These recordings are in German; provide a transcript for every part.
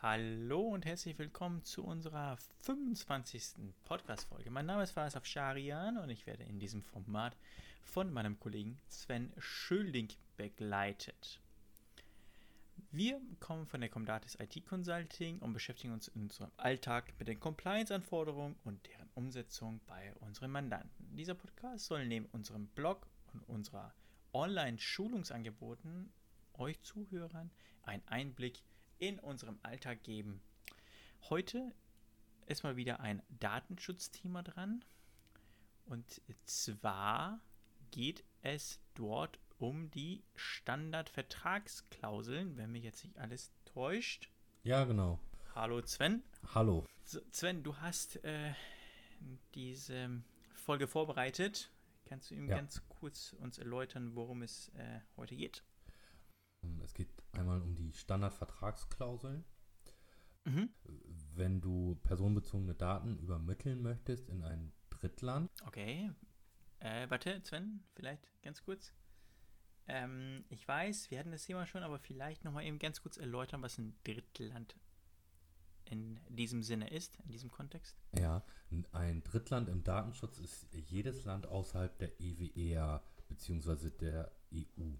Hallo und herzlich willkommen zu unserer 25. Podcast-Folge. Mein Name ist Faris Afsharian und ich werde in diesem Format von meinem Kollegen Sven Schöling begleitet. Wir kommen von der Comdatis IT Consulting und beschäftigen uns in unserem Alltag mit den Compliance-Anforderungen und deren Umsetzung bei unseren Mandanten. Dieser Podcast soll neben unserem Blog und unserer Online-Schulungsangeboten euch Zuhörern einen Einblick in unserem Alltag geben. Heute ist mal wieder ein Datenschutzthema dran. Und zwar geht es dort um die Standardvertragsklauseln, wenn mich jetzt nicht alles täuscht. Ja, genau. Hallo Sven. Hallo. Sven, du hast diese Folge vorbereitet. Kannst du ihm ganz kurz uns erläutern, worum es heute geht? Es geht einmal um die Standardvertragsklauseln. Mhm. Wenn du personenbezogene Daten übermitteln möchtest in ein Drittland. Okay. Warte, Sven, vielleicht ganz kurz. Ich weiß, wir hatten das Thema schon, aber vielleicht nochmal eben ganz kurz erläutern, was ein Drittland in diesem Sinne ist, in diesem Kontext. Ja, ein Drittland im Datenschutz ist jedes Land außerhalb der EWEA bzw. der EU.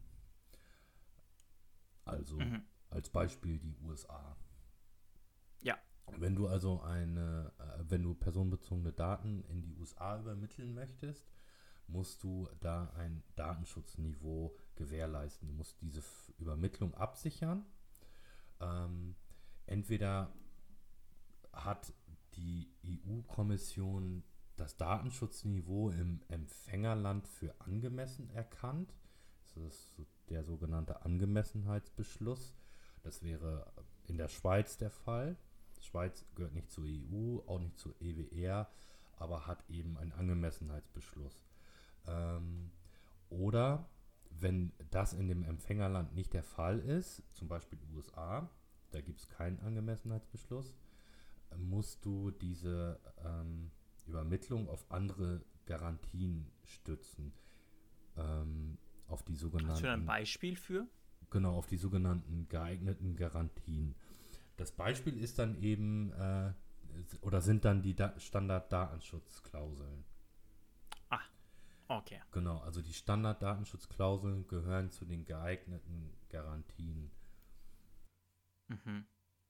Also als Beispiel die USA. Ja. Wenn du also wenn du personenbezogene Daten in die USA übermitteln möchtest, musst du da ein Datenschutzniveau gewährleisten. Du musst diese Übermittlung absichern. Entweder hat die EU-Kommission das Datenschutzniveau im Empfängerland für angemessen erkannt. Das ist der sogenannte Angemessenheitsbeschluss. Das wäre in der Schweiz der Fall. Die Schweiz gehört nicht zur EU, auch nicht zur EWR, aber hat eben einen Angemessenheitsbeschluss. Oder wenn das in dem Empfängerland nicht der Fall ist, zum Beispiel USA, da gibt es keinen Angemessenheitsbeschluss, musst du diese Übermittlung auf andere Garantien stützen. Auf die sogenannten. Hast du da ein Beispiel für? Genau, auf die sogenannten geeigneten Garantien. Das Beispiel ist dann eben, sind dann die Standarddatenschutzklauseln. Ah, okay. Genau, also die Standarddatenschutzklauseln gehören zu den geeigneten Garantien. Mhm.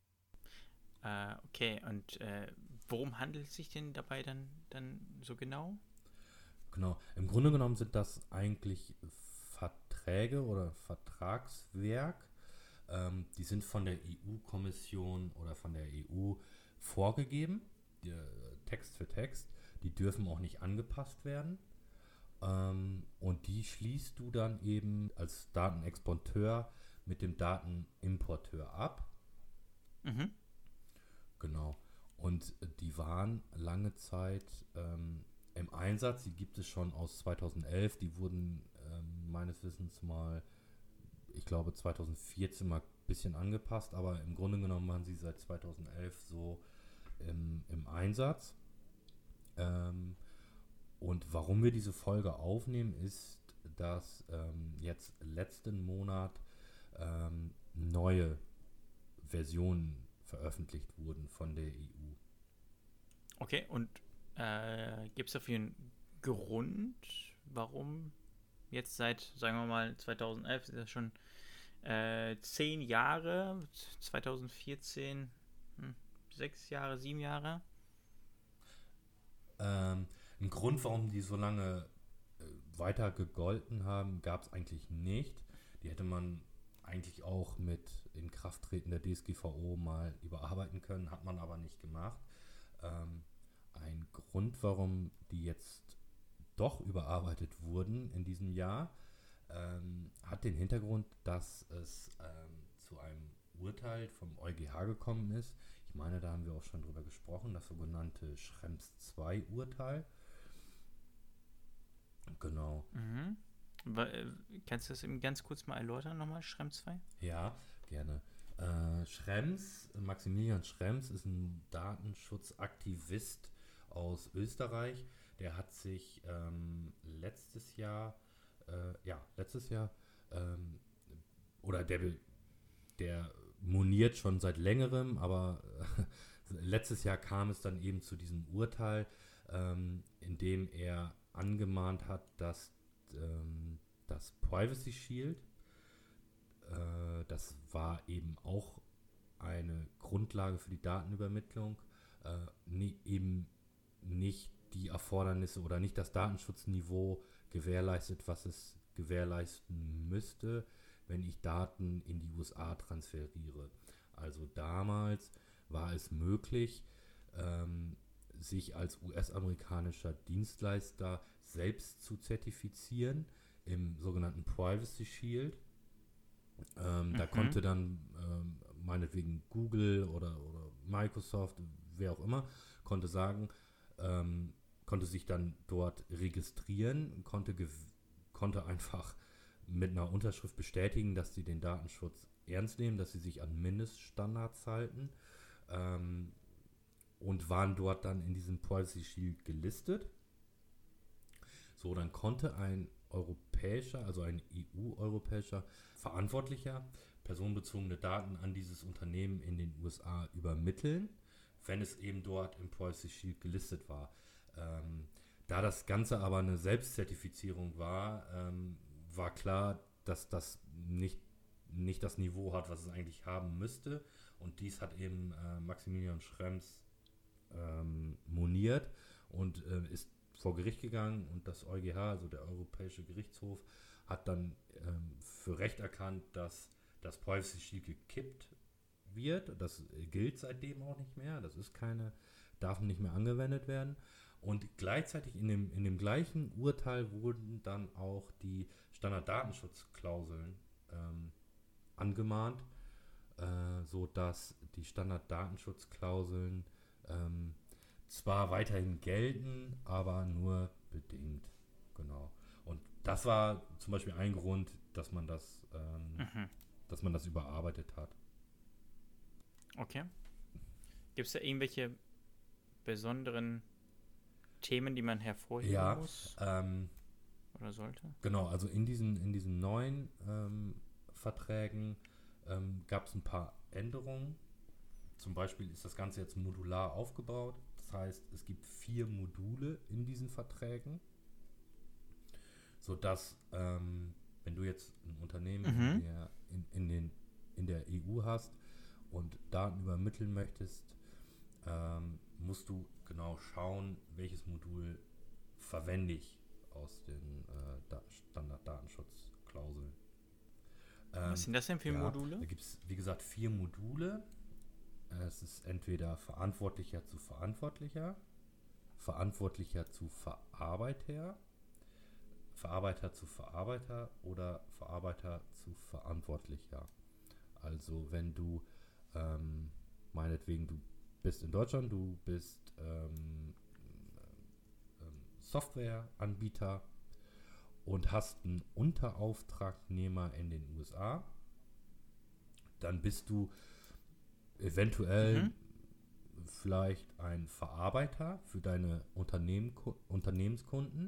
Okay, und worum handelt es sich denn dabei dann so genau? Genau, im Grunde genommen sind das eigentlich Verträge oder Vertragswerk. Die sind von der EU-Kommission oder von der EU vorgegeben, Text für Text. Die dürfen auch nicht angepasst werden. Und die schließt du dann eben als Datenexporteur mit dem Datenimporteur ab. Mhm. Genau. Und die waren lange Zeit im Einsatz. Die gibt es schon aus 2011. Die wurden meines Wissens mal, ich glaube 2014 mal ein bisschen angepasst, aber im Grunde genommen waren sie seit 2011 so im Einsatz. Und warum wir diese Folge aufnehmen, ist, dass jetzt letzten Monat neue Versionen veröffentlicht wurden von der EU. Okay, und gibt es dafür einen Grund, warum jetzt seit, sagen wir mal, 2011, ist das schon 10 Jahre, 2014, 6 Jahre, 7 Jahre? Ein Grund, warum die so lange weiter gegolten haben, gab es eigentlich nicht. Die hätte man eigentlich auch mit Inkrafttreten der DSGVO mal überarbeiten können, hat man aber nicht gemacht. Ein Grund, warum die jetzt doch überarbeitet wurden in diesem Jahr, hat den Hintergrund, dass es zu einem Urteil vom EuGH gekommen ist. Ich meine, da haben wir auch schon drüber gesprochen, das sogenannte Schrems II-Urteil. Genau. Mhm. Kannst du das eben ganz kurz mal erläutern nochmal, Schrems 2? Ja, gerne. Maximilian Schrems ist ein Datenschutzaktivist aus Österreich. Der hat sich letztes Jahr, oder der moniert schon seit längerem, aber letztes Jahr kam es dann eben zu diesem Urteil, in dem er angemahnt hat, dass das Privacy Shield, das war eben auch eine Grundlage für die Datenübermittlung, eben nicht die Erfordernisse oder nicht das Datenschutzniveau gewährleistet, was es gewährleisten müsste, wenn ich Daten in die USA transferiere. Also damals war es möglich, sich als US-amerikanischer Dienstleister selbst zu zertifizieren im sogenannten Privacy Shield. Da konnte dann meinetwegen Google oder Microsoft, wer auch immer, konnte sagen, konnte sich dann dort registrieren, konnte einfach mit einer Unterschrift bestätigen, dass sie den Datenschutz ernst nehmen, dass sie sich an Mindeststandards halten, und waren dort dann in diesem Privacy Shield gelistet. So, dann konnte ein europäischer, also ein EU-europäischer Verantwortlicher personenbezogene Daten an dieses Unternehmen in den USA übermitteln, wenn es eben dort im Privacy Shield gelistet war. Da das Ganze aber eine Selbstzertifizierung war, war klar, dass das nicht das Niveau hat, was es eigentlich haben müsste. Und dies hat eben Maximilian Schrems moniert und ist vor Gericht gegangen, und das EuGH, also der Europäische Gerichtshof, hat dann für Recht erkannt, dass das Privacy Shield gekippt wird. Das gilt seitdem auch nicht mehr. Das ist darf nicht mehr angewendet werden. Und gleichzeitig in dem gleichen Urteil wurden dann auch die Standarddatenschutzklauseln angemahnt, sodass die Standarddatenschutzklauseln zwar weiterhin gelten, aber nur bedingt. Genau. Und das war zum Beispiel ein Grund, dass man das überarbeitet hat. Okay. Gibt es da irgendwelche besonderen Themen, die man hervorheben muss? Oder sollte? Genau, also in diesen neuen Verträgen gab es ein paar Änderungen. Zum Beispiel ist das Ganze jetzt modular aufgebaut. Das heißt, es gibt 4 Module in diesen Verträgen, sodass, wenn du jetzt ein Unternehmen in der EU hast und Daten übermitteln möchtest, musst du genau schauen, welches Modul verwende ich aus den Standarddatenschutzklauseln. Was sind das denn für Module? Da gibt es, wie gesagt, 4 Module. Es ist entweder Verantwortlicher zu Verantwortlicher, Verantwortlicher zu Verarbeiter, Verarbeiter zu Verarbeiter oder Verarbeiter zu Verantwortlicher. Also wenn du, meinetwegen, du bist in Deutschland, du bist Softwareanbieter und hast einen Unterauftragnehmer in den USA, dann bist du eventuell vielleicht ein Verarbeiter für deine Unternehmenskunden.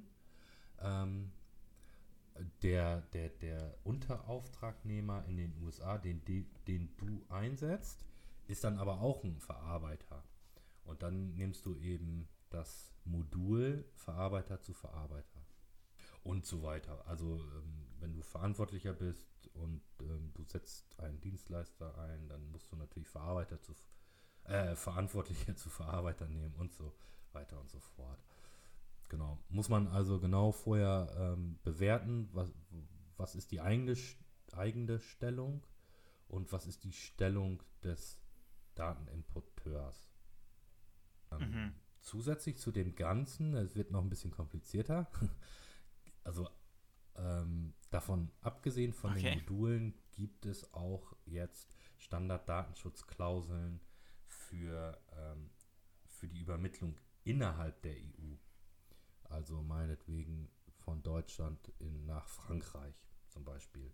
Der Unterauftragnehmer in den USA, den du einsetzt, ist dann aber auch ein Verarbeiter. Und dann nimmst du eben das Modul Verarbeiter zu Verarbeiter und so weiter. Also wenn du Verantwortlicher bist und du setzt einen Dienstleister ein, dann musst du natürlich Verantwortlicher zu Verarbeiter nehmen und so weiter und so fort. Genau. Muss man also genau vorher bewerten, was ist die eigene Stellung und was ist die Stellung des Datenimporteurs. Zusätzlich zu dem Ganzen, es wird noch ein bisschen komplizierter, also davon abgesehen von den Modulen gibt es auch jetzt Standarddatenschutzklauseln für die Übermittlung innerhalb der EU. Also meinetwegen von Deutschland nach Frankreich zum Beispiel.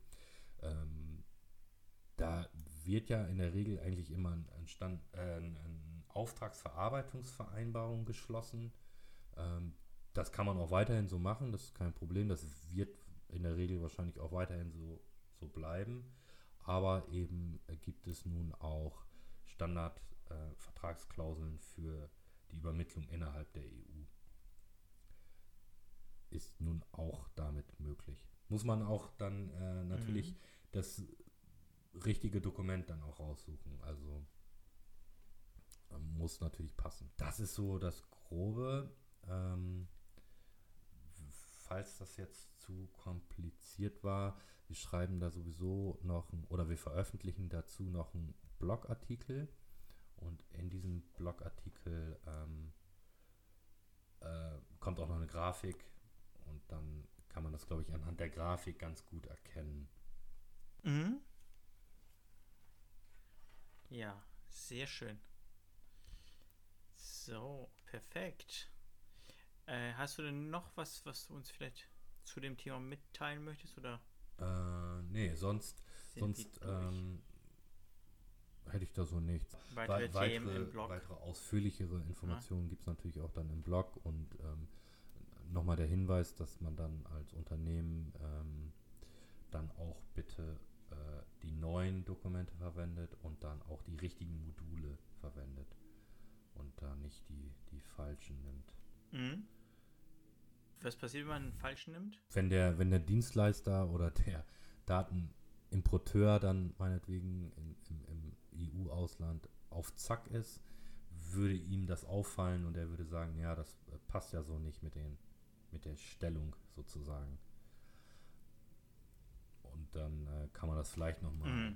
Da wird ja in der Regel eigentlich immer eine Auftragsverarbeitungsvereinbarung geschlossen. Das kann man auch weiterhin so machen, das ist kein Problem. Das wird in der Regel wahrscheinlich auch weiterhin so bleiben. aber eben gibt es nun auch Standard-Vertragsklauseln für die Übermittlung innerhalb der EU. Ist nun auch damit möglich. Muss man auch dann natürlich das richtige Dokument dann auch raussuchen. Also muss natürlich passen. Das ist so das Grobe. Falls das jetzt zu kompliziert war, wir schreiben da sowieso noch oder wir veröffentlichen dazu noch einen Blogartikel und in diesem Blogartikel kommt auch noch eine Grafik und dann kann man das, glaube ich, anhand der Grafik ganz gut erkennen. Mhm. Ja, sehr schön. So, perfekt. Hast du denn noch was du uns vielleicht zu dem Thema mitteilen möchtest? Oder? Nee, sonst hätte ich da so nichts. Weitere ausführlichere Informationen gibt es natürlich auch dann im Blog und nochmal der Hinweis, dass man dann als Unternehmen dann auch bitte die neuen Dokumente verwendet und dann auch die richtigen Module verwendet und da nicht die falschen nimmt. Mhm. Was passiert, wenn man einen falschen nimmt? Wenn der Dienstleister oder der Datenimporteur dann meinetwegen im EU-Ausland auf Zack ist, würde ihm das auffallen und er würde sagen, ja, das passt ja so nicht mit der Stellung sozusagen. Und dann kann man das vielleicht nochmal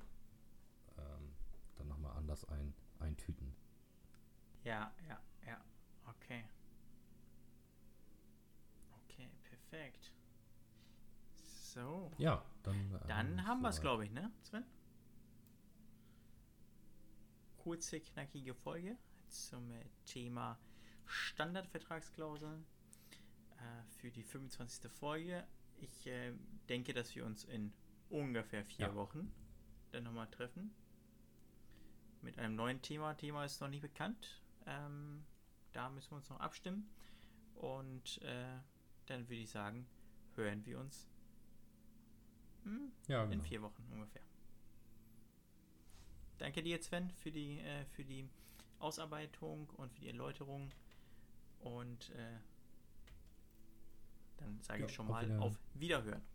anders eintüten. Ja. Okay. Okay, perfekt. So. Ja, dann haben wir es, glaube ich, ne, Sven? Kurze, knackige Folge zum Thema Standardvertragsklauseln für die 25. Folge. Ich denke, dass wir uns in ungefähr 4 Wochen dann nochmal treffen. Mit einem neuen Thema. Thema ist noch nicht bekannt. Da müssen wir uns noch abstimmen. Und dann würde ich sagen, hören wir uns in 4 Wochen ungefähr. Danke dir, Sven, für die Ausarbeitung und für die Erläuterung. Und dann sage ich schon mal auf Wiederhören.